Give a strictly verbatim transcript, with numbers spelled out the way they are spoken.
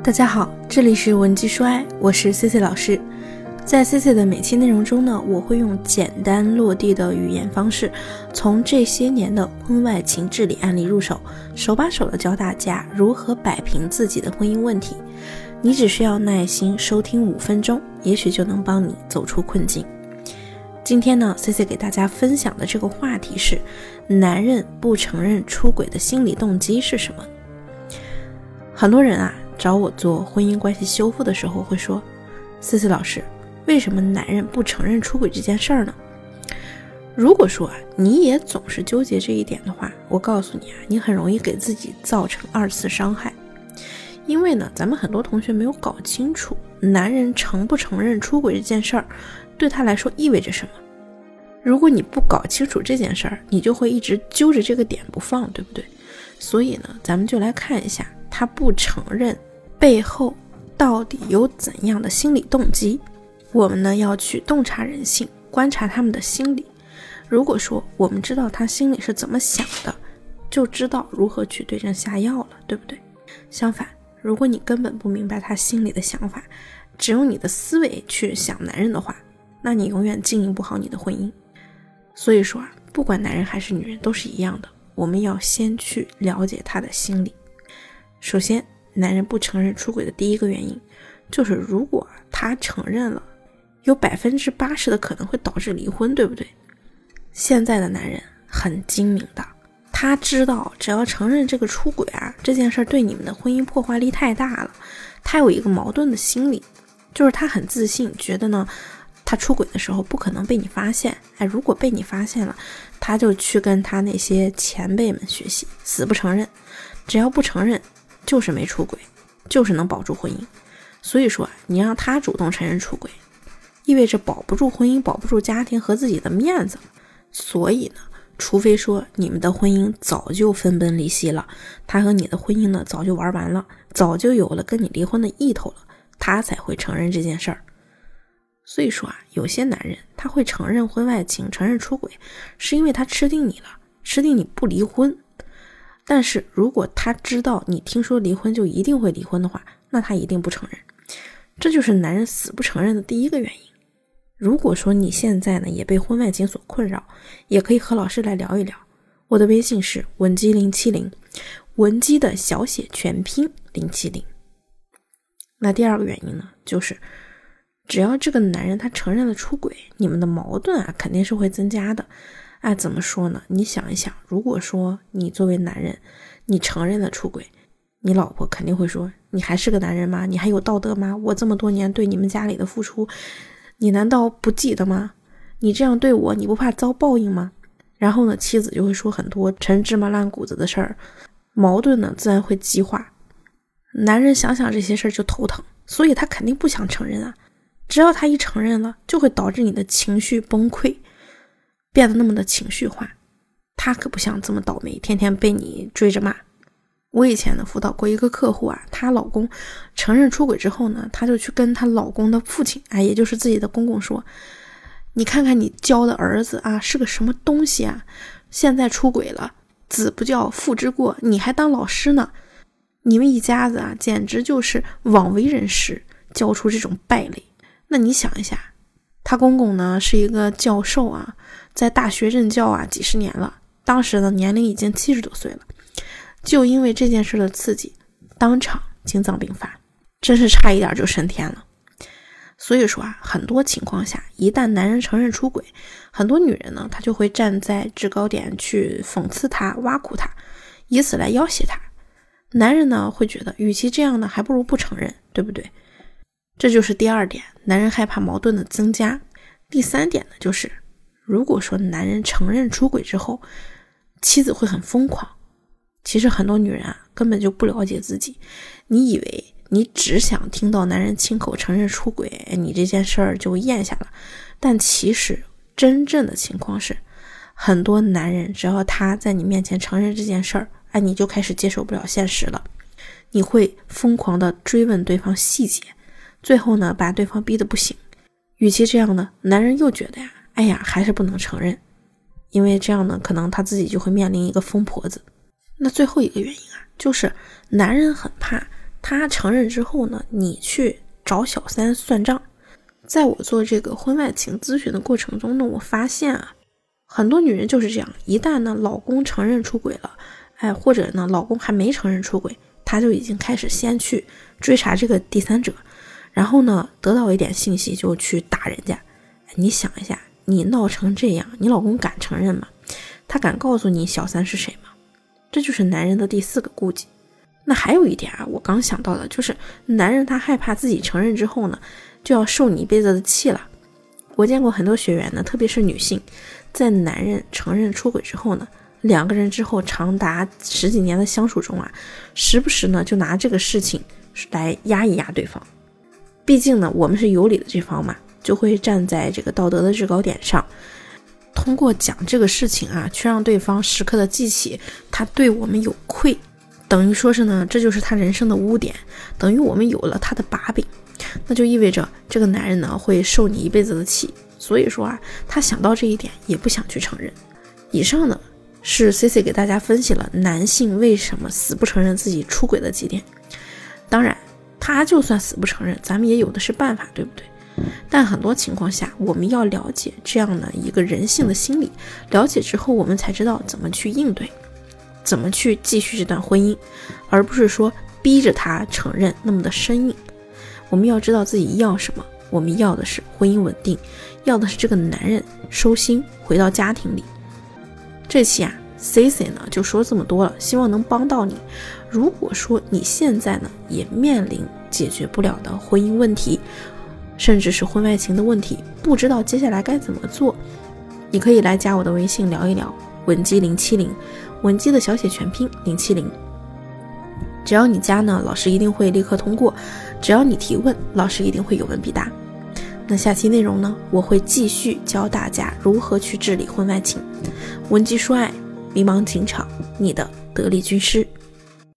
大家好，这里是文姬说爱，我是 C C 老师。在 C C 的每期内容中呢，我会用简单落地的语言方式，从这些年的婚外情治理案例入手，手把手的教大家如何摆平自己的婚姻问题。你只需要耐心收听五分钟，也许就能帮你走出困境。今天呢 C C 给大家分享的这个话题是，男人不承认出轨的心理动机是什么？很多人啊找我做婚姻关系修复的时候会说， C C 老师，为什么男人不承认出轨这件事儿呢？如果说啊你也总是纠结这一点的话，我告诉你啊，你很容易给自己造成二次伤害。因为呢咱们很多同学没有搞清楚男人承不承认出轨这件事儿对他来说意味着什么。如果你不搞清楚这件事儿，你就会一直揪着这个点不放，对不对？所以呢咱们就来看一下他不承认背后到底有怎样的心理动机。我们呢要去洞察人性，观察他们的心理。如果说我们知道他心里是怎么想的，就知道如何去对症下药了，对不对？相反，如果你根本不明白他心里的想法，只用你的思维去想男人的话，那你永远经营不好你的婚姻。所以说啊，不管男人还是女人都是一样的，我们要先去了解他的心理。首先，男人不承认出轨的第一个原因就是如果他承认了，有百分之八十的可能会导致离婚，对不对？现在的男人很精明的，他知道只要承认这个出轨啊，这件事对你们的婚姻破坏力太大了。他有一个矛盾的心理，就是他很自信，觉得呢他出轨的时候不可能被你发现。哎，如果被你发现了，他就去跟他那些前辈们学习，死不承认。只要不承认就是没出轨，就是能保住婚姻。所以说你让他主动承认出轨，意味着保不住婚姻，保不住家庭和自己的面子。所以呢，除非说你们的婚姻早就分崩离析了，他和你的婚姻呢早就玩完了，早就有了跟你离婚的意头了，他才会承认这件事儿。所以说啊，有些男人他会承认婚外情，承认出轨，是因为他吃定你了，吃定你不离婚。但是如果他知道你听说离婚就一定会离婚的话，那他一定不承认。这就是男人死不承认的第一个原因。如果说你现在呢也被婚外情所困扰，也可以和老师来聊一聊。我的微信是文姬零七零，文姬的小写全拼零七零。那第二个原因呢，就是只要这个男人他承认了出轨，你们的矛盾啊肯定是会增加的。哎，怎么说呢？你想一想，如果说你作为男人，你承认了出轨，你老婆肯定会说，你还是个男人吗？你还有道德吗？我这么多年对你们家里的付出，你难道不记得吗？你这样对我，你不怕遭报应吗？然后呢，妻子就会说很多陈芝麻烂谷子的事儿，矛盾呢自然会激化。男人想想这些事儿就头疼，所以他肯定不想承认啊。只要他一承认了，就会导致你的情绪崩溃，变得那么的情绪化。他可不想这么倒霉，天天被你追着骂。我以前呢辅导过一个客户啊，她老公承认出轨之后呢，她就去跟她老公的父亲，哎，也就是自己的公公说，你看看你教的儿子啊是个什么东西啊，现在出轨了，子不教父之过，你还当老师呢，你们一家子啊简直就是枉为人师，教出这种败类。那你想一下，他公公呢是一个教授啊，在大学任教啊几十年了，当时呢年龄已经七十多岁了，就因为这件事的刺激，当场心脏病发，真是差一点就升天了。所以说啊，很多情况下，一旦男人承认出轨，很多女人呢，她就会站在制高点去讽刺他，挖苦他，以此来要挟他。男人呢会觉得，与其这样呢，还不如不承认，对不对？这就是第二点，男人害怕矛盾的增加。第三点呢，就是如果说男人承认出轨之后，妻子会很疯狂。其实很多女人啊根本就不了解自己，你以为你只想听到男人亲口承认出轨，你这件事儿就咽下了。但其实真正的情况是，很多男人只要他在你面前承认这件事儿，哎，你就开始接受不了现实了，你会疯狂的追问对方细节，最后呢把对方逼得不行。与其这样呢，男人又觉得呀，哎呀还是不能承认，因为这样呢可能他自己就会面临一个疯婆子。那最后一个原因啊，就是男人很怕他承认之后呢，你去找小三算账。在我做这个婚外情咨询的过程中呢，我发现啊，很多女人就是这样，一旦呢老公承认出轨了，哎，或者呢老公还没承认出轨，她就已经开始先去追查这个第三者，然后呢得到一点信息就去打人家。你想一下，你闹成这样，你老公敢承认吗？他敢告诉你小三是谁吗？这就是男人的第四个顾忌。那还有一点啊，我刚想到的就是男人他害怕自己承认之后呢，就要受你一辈子的气了。我见过很多学员呢，特别是女性，在男人承认出轨之后呢，两个人之后长达十几年的相处中啊，时不时呢就拿这个事情来压一压对方。毕竟呢，我们是有理的这方嘛，就会站在这个道德的制高点上，通过讲这个事情啊，去让对方时刻的记起他对我们有愧，等于说是呢，这就是他人生的污点，等于我们有了他的把柄，那就意味着这个男人呢会受你一辈子的气。所以说啊，他想到这一点也不想去承认。以上呢是 C C 给大家分析了男性为什么死不承认自己出轨的几点。当然他就算死不承认，咱们也有的是办法，对不对？但很多情况下我们要了解这样的一个人性的心理，了解之后我们才知道怎么去应对，怎么去继续这段婚姻，而不是说逼着他承认那么的生硬。我们要知道自己要什么，我们要的是婚姻稳定，要的是这个男人收心回到家庭里。这期啊 C C 呢就说这么多了，希望能帮到你。如果说你现在呢也面临解决不了的婚姻问题，甚至是婚外情的问题，不知道接下来该怎么做，你可以来加我的微信聊一聊，文姬零七零，文姬的小写全拼零七零。只要你加呢，老师一定会立刻通过，只要你提问，老师一定会有问必答。那下期内容呢，我会继续教大家如何去治理婚外情。文姬说爱，迷茫情场，你的得力军师。